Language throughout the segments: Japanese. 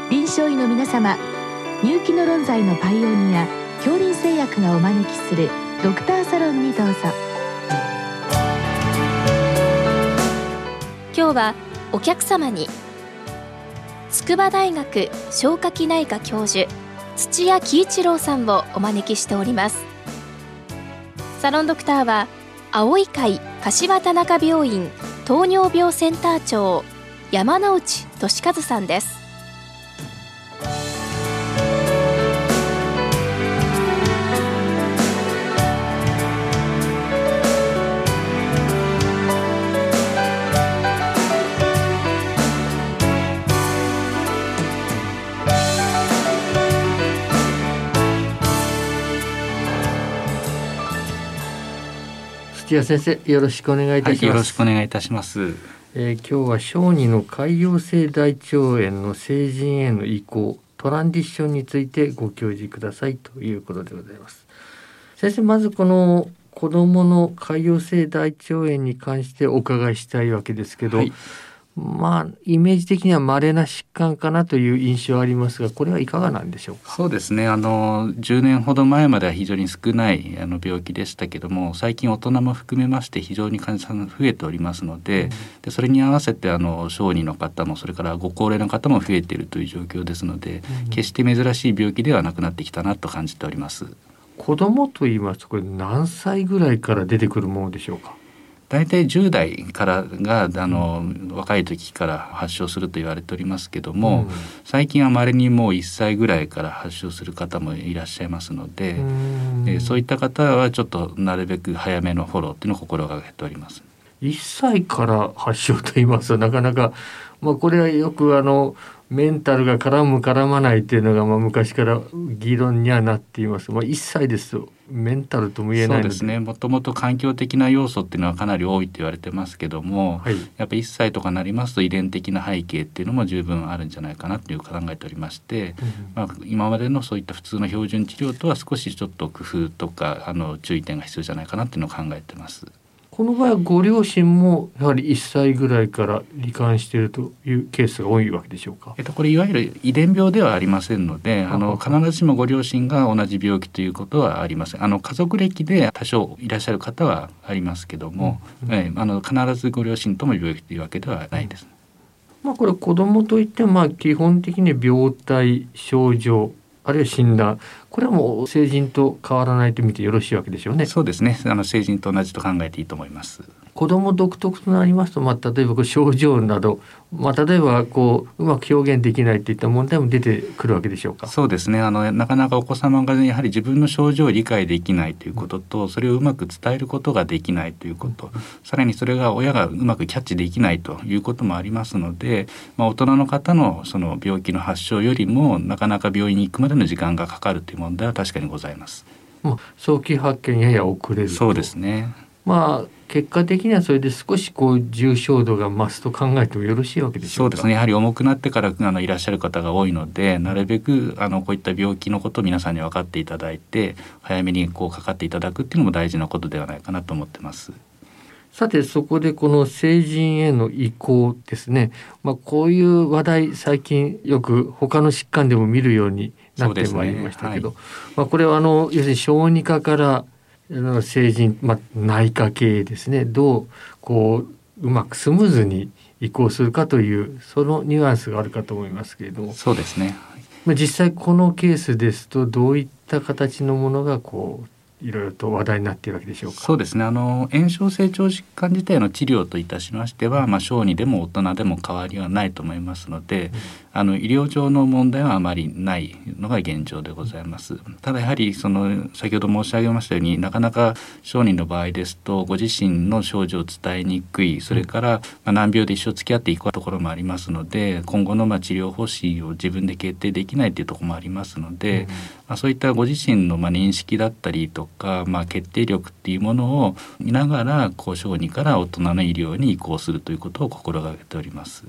臨床医の皆様、入気の論剤のパイオニア杏林製薬がお招きするドクターサロンにどうぞ。 今日はお客様に筑波大学消化器内科教授土屋喜一郎さんをお招きしております。サロンドクターは青い会柏田中病院糖尿病センター長山内俊和さんです。 土屋先生、よろしくお願いいたします。 よろしくお願いいたします。 今日は小児の潰瘍性大腸炎の成人への移行トランジッションについてご教示くださいということでございます。先生、まずこの子どもの潰瘍性大腸炎に関してお伺いしたいわけですけど、イメージ的には稀な疾患かなという印象ありますが、これはいかがなんでしょうか。 そうですね、10年ほど前までは非常に少ない病気でしたけども、最近大人も含めまして非常に患者さんが増えておりますので、それに合わせて小児の方もそれからご高齢の方も増えているという状況ですので、決して珍しい病気ではなくなってきたなと感じております。 子どもといいますと、これ何歳ぐらいから出てくるものでしょうか。 大体10代からが若い時から発症すると言われておりますけども、最近は稀にもう1歳ぐらいから発症する方もいらっしゃいますので、そういった方はちょっとなるべく早めのフォローっていうのを心がけております。 1歳から発症と言いますとなかなか、これはよくメンタルが絡む絡まないというのが昔から議論にはなっています。1歳ですとメンタルとも言えないので。 そうですね、もともと環境的な要素っていうのはかなり多いと言われてますけども、やっぱり1歳とかなりますと遺伝的な背景っていうのも十分あるんじゃないかなという考えておりまして、今までのそういった普通の標準治療とは少しちょっと工夫とか注意点が必要じゃないかなっていうのを考えてます。 この場合はご両親もやはり1歳ぐらいから罹患しているというケースが多いわけでしょうか。 これいわゆる遺伝病ではありませんので、必ずしもご両親が同じ病気ということはありません。家族歴で多少いらっしゃる方はありますけども、必ずご両親とも病気というわけではないです。 これ子どもといっても基本的に病態症状あるいは診断、これはもう成人と変わらないと見てよろしいわけでしょうね。 そうですね、成人と同じと考えていいと思います。 子ども独特となりますと、例えば症状など、例えばうまく表現できないといった問題も出てくるわけでしょうか。 そうですね、なかなかお子様がやはり自分の症状を理解できないということと、それをうまく伝えることができないということ、さらにそれが親がうまくキャッチできないということもありますので、大人の方のその病気の発症よりもなかなか病院に行くまでの時間がかかるという問題は確かにございます。 早期発見やや遅れると。 そうですね。 結果的にはそれで少し重症度が増すと考えてもよろしいわけでしょうか。 そうですね、やはり重くなってからいらっしゃる方が多いので、なるべくこういった病気のことを皆さんに分かっていただいて、早めにかかっていただくっていうのも大事なことではないかなと思ってます。 さて、そこでこの成人への移行ですね、こういう話題最近よく他の疾患でも見るようになってまいりましたけど、これは要するに小児科から成人、内科系ですね、どううまくスムーズに移行するかというそのニュアンスがあるかと思いますけれども。 そうですね、 実際このケースですとどういった形のものがいろいろと話題になっているわけでしょうか。 そうですね、炎症性腸疾患自体の治療といたしましては、小児でも大人でも変わりはないと思いますので、医療上の問題はあまりないのが現状でございます。ただやはり先ほど申し上げましたように、なかなか小児の場合ですとご自身の症状を伝えにくい、それから難病で一生付き合っていくところもありますので、今後の治療方針を自分で決定できないというところもありますので、そういったご自身の認識だったりとか、決定力っていうものを見ながら小児から大人の医療に移行するということを心がけております。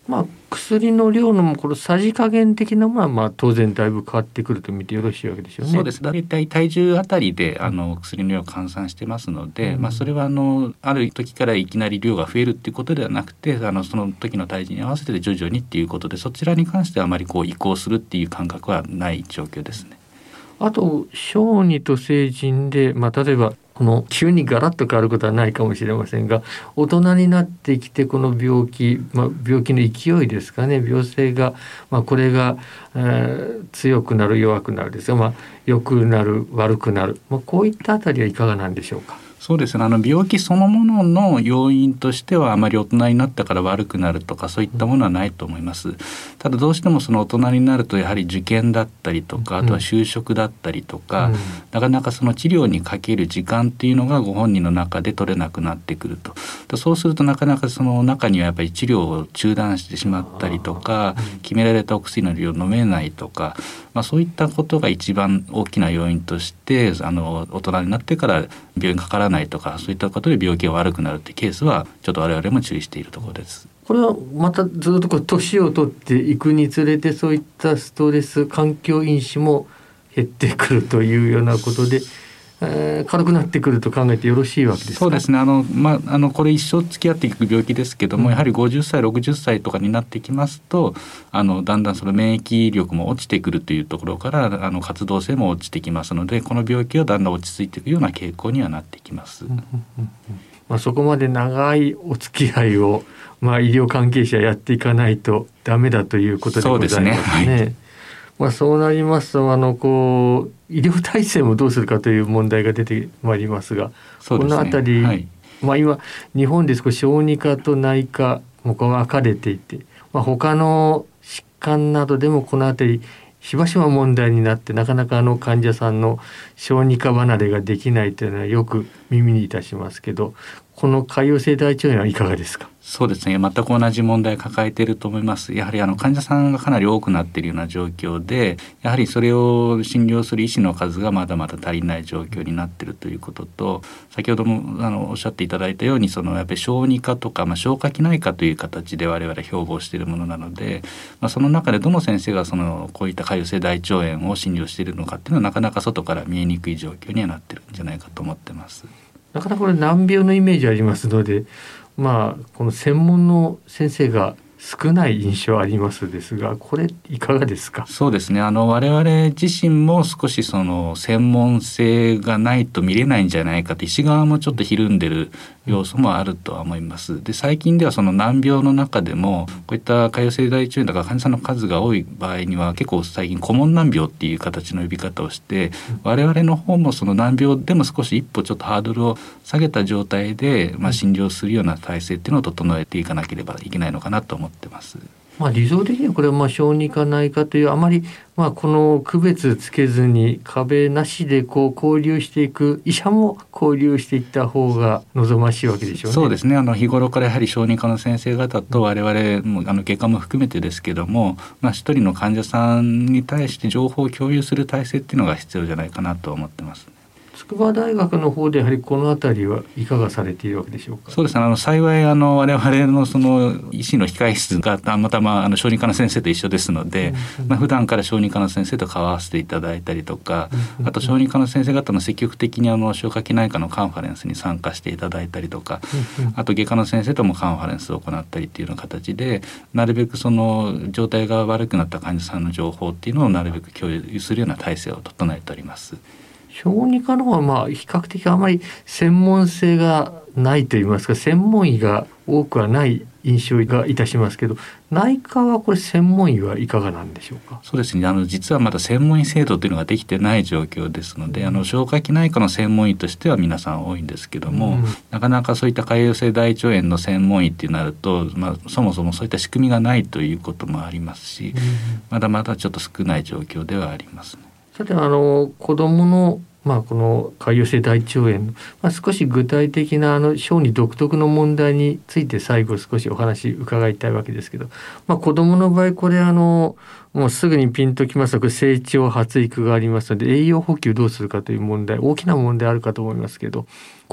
薬の量のこのさじ加減的なものは当然だいぶ変わってくると見てよろしいわけですよね。 そうです。だいたい体重あたりで薬の量を換算してますので、それはある時からいきなり量が増えるっていうことではなくて、その時の体重に合わせて徐々にっていうことで、そちらに関してはあまり移行するっていう感覚はない状況ですね。 あと小児と成人で、例えばこの急にガラッと変わることはないかもしれませんが、大人になってきてこの病気、病気の勢いですかね、病性が、これが、強くなる弱くなるですが、良くなる悪くなる、こういったあたりはいかがなんでしょうか。 そうですね。病気そのものの要因としてはあまり大人になったから悪くなるとかそういったものはないと思います。ただどうしてもその大人になるとやはり受験だったりとか、あとは就職だったりとか、なかなかその治療にかける時間っていうのがご本人の中で取れなくなってくると。そうするとなかなかその中にはやっぱり治療を中断してしまったりとか、決められたお薬の量を飲めないとか、そういったことが一番大きな要因として大人になってから病院かからないとか、そういったことで病気が悪くなるってケースはちょっと我々も注意しているところです。 これはまたずっと年を取っていくにつれてそういったストレス環境因子も減ってくるというようなことで、軽くなってくると考えてよろしいわけですか。 そうですね。これ一生付き合っていく病気ですけども、やはり50歳60歳とかになってきますとだんだんその免疫力も落ちてくるというところから活動性も落ちてきますので、この病気はだんだん落ち着いていくような傾向にはなってきます。 そこまで長いお付き合いを、医療関係者やっていかないとダメだということでございますね。そうなりますと医療体制もどうするかという問題が出てまいりますが、このあたり、今日本で少し小児科と内科も分かれていて、他の疾患などでもこのあたりしばしば問題になって、なかなか患者さんの小児科離れができないというのはよく耳にいたしますけど、この潰瘍性大腸炎はいかがですか。 そうですね。全く同じ問題を抱えていると思います。やはり患者さんがかなり多くなっているような状況で、やはりそれを診療する医師の数がまだまだ足りない状況になっているということと、先ほどもおっしゃっていただいたようにやっぱり小児科とか、消化器内科という形で我々標榜しているものなので、その中でどの先生がこういった潰瘍性大腸炎を診療しているのかっていうのはなかなか外から見えにくい状況にはなっているんじゃないかと思ってます。 なかなかこれ難病のイメージありますので、この専門の先生が少ない印象ありますですが、これいかがですか。 そうですね。我々自身も少し専門性がないと見れないんじゃないかと、医師側もちょっとひるんでる要素もあるとは思います。で、最近では難病の中でもこういった潰瘍性大腸炎とか患者さんの数が多い場合には結構最近顧問難病っていう形の呼び方をして、我々の方も難病でも少し一歩ちょっとハードルを下げた状態で、診療するような体制っていうのを整えていかなければいけないのかなと思ってます。 理想的にはこれは小児科内科というあまりこの区別つけずに壁なしで交流していく、医者も交流していった方が望ましいわけでしょうね。 そうですね。日頃からやはり小児科の先生方と我々も外科も含めてですけども、一人の患者さんに対して情報を共有する体制っていうのが必要じゃないかなと思ってます。 筑波大学の方でやはりこのあたりはいかがされているわけでしょうか。 そうですね。幸い我々の医師の控室がたまたま小児科の先生と一緒ですので、普段から小児科の先生と顔を合わせていただいたりとか、あと小児科の先生方の積極的に消化器内科のカンファレンスに参加していただいたりとか、あと外科の先生ともカンファレンスを行ったりっていうような形で、なるべく状態が悪くなった患者さんの情報っていうのをなるべく共有するような体制を整えております。 小児科の方は比較的あまり専門性がないといいますか、専門医が多くはない印象がいたしますけど、内科はこれ専門医はいかがなんでしょうか。 そうですね。実はまだ専門医制度というのができてない状況ですので、消化器内科の専門医としては皆さん多いんですけども、なかなかそういった潰瘍性大腸炎の専門医ってなると、そもそもそういった仕組みがないということもありますし、まだまだちょっと少ない状況ではありますね。 さて子どものこの潰瘍性大腸炎の、少し具体的な小児独特の問題について最後少しお話伺いたいわけですけど、子どもの場合これもうすぐにピンときますと成長発育がありますので、栄養補給どうするかという問題、大きな問題あるかと思いますけど、こういった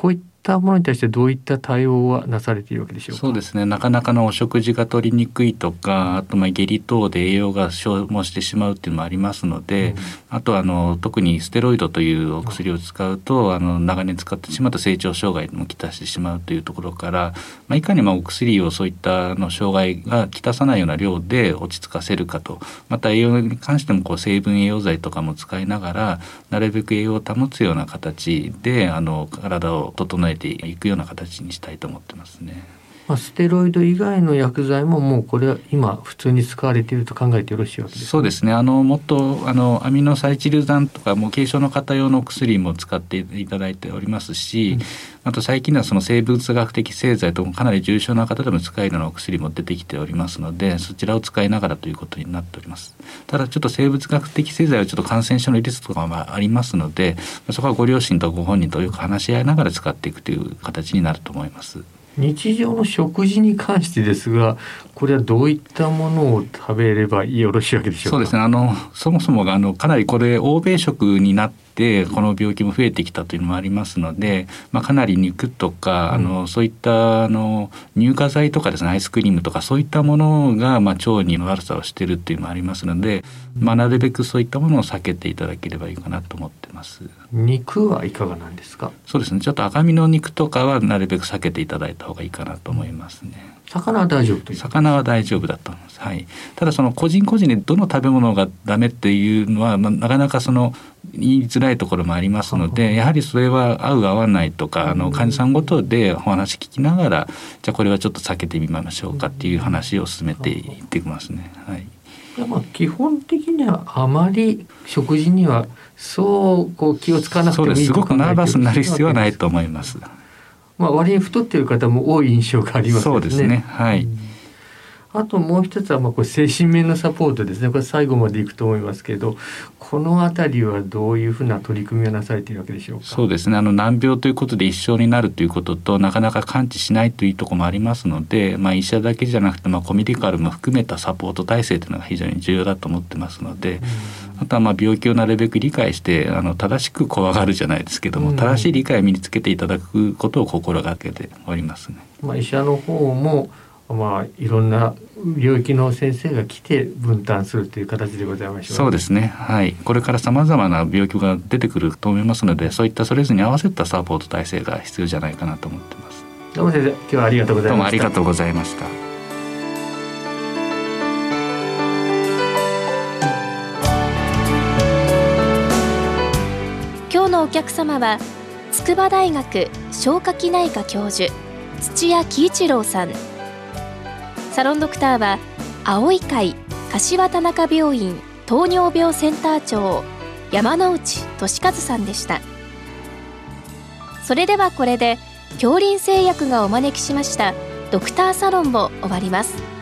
ったものに対してどういった対応はなされているわけでしょうか。 そうですね、なかなかのお食事が取りにくいとか、あと下痢等で栄養が消耗してしまうっていうのもありますので、あと特にステロイドというお薬を使うと長年使ってしまうと成長障害もきたしてしまうというところから、いかにお薬をそういった障害がきたさないような量で落ち着かせるかと、また栄養に関しても成分栄養剤とかも使いながらなるべく栄養を保つような形で体を整えていくような形にしたいと思ってますね。 ステロイド以外の薬剤ももうこれは今普通に使われていると考えてよろしいわけですか。 そうですね、もっとアミノサリチル酸とかもう軽症の方用の薬も使っていただいておりますし、あと最近ではその生物学的製剤ともかなり重症な方でも使えるようなお薬も出てきておりますので、そちらを使いながらということになっております。ただちょっと生物学的製剤はちょっと感染症のリスクとかもありますので、そこはご両親とご本人とよく話し合いながら使っていくという形になると思います。 日常の食事に関してですが、これはどういったものを食べればよろしいわけでしょうか。 そうですね、そもそもがかなりこれ欧米食になってこの病気も増えてきたというのもありますので、かなり肉とかそういった乳化剤とかですね、アイスクリームとかそういったものが腸に悪さをしているというのもありますので、なるべくそういったものを避けていただければいいかなと思ってます。 肉はいかがなんですか。 そうですね、ちょっと赤身の肉とかはなるべく避けていただいた方がいいかなと思いますね。 魚は大丈夫という。 魚は大丈夫だと思います、はい、ただ個人個人でどの食べ物がダメっていうのは、なかなか言いづらいところもありますので、やはりそれは合う合わないとか患者さんごとでお話聞きながら、じゃあこれはちょっと避けてみましょうかっていう話を進めていってきますね。はい、 基本的にはあまり食事にはそう気を使わなくてもいいと考えている。 すごくナーバスになる必要はないと思います。 割に太っている方も多い印象がありますよね。 そうですね、はい。 あともう一つはこれ精神面のサポートですね。これ最後までいくと思いますけど、このあたりはどういうふうな取り組みをなされているわけでしょうか。 そうですね、難病ということで一生になるということと、なかなか完治しないというところもありますので、医者だけじゃなくてコメディカルも含めたサポート体制というのが非常に重要だと思ってますので、あとは病気をなるべく理解して正しく怖がるじゃないですけども、正しい理解を身につけていただくことを心がけておりますね。 医者の方もいろんな領域の先生が来て分担するという形でございましょう。 そうですね、はい、これからさまざまな病気が出てくると思いますので、そういったそれぞれに合わせたサポート体制が必要じゃないかなと思ってます。 どうも先生、今日はありがとうございました。 どうもありがとうございました。 今日のお客様は筑波大学消化器内科教授土屋喜一郎さん。サロンドクターは青い会柏田中病院糖尿病センター長山内俊和さんでした。それではこれで杏林製薬がお招きしましたドクターサロンを終わります。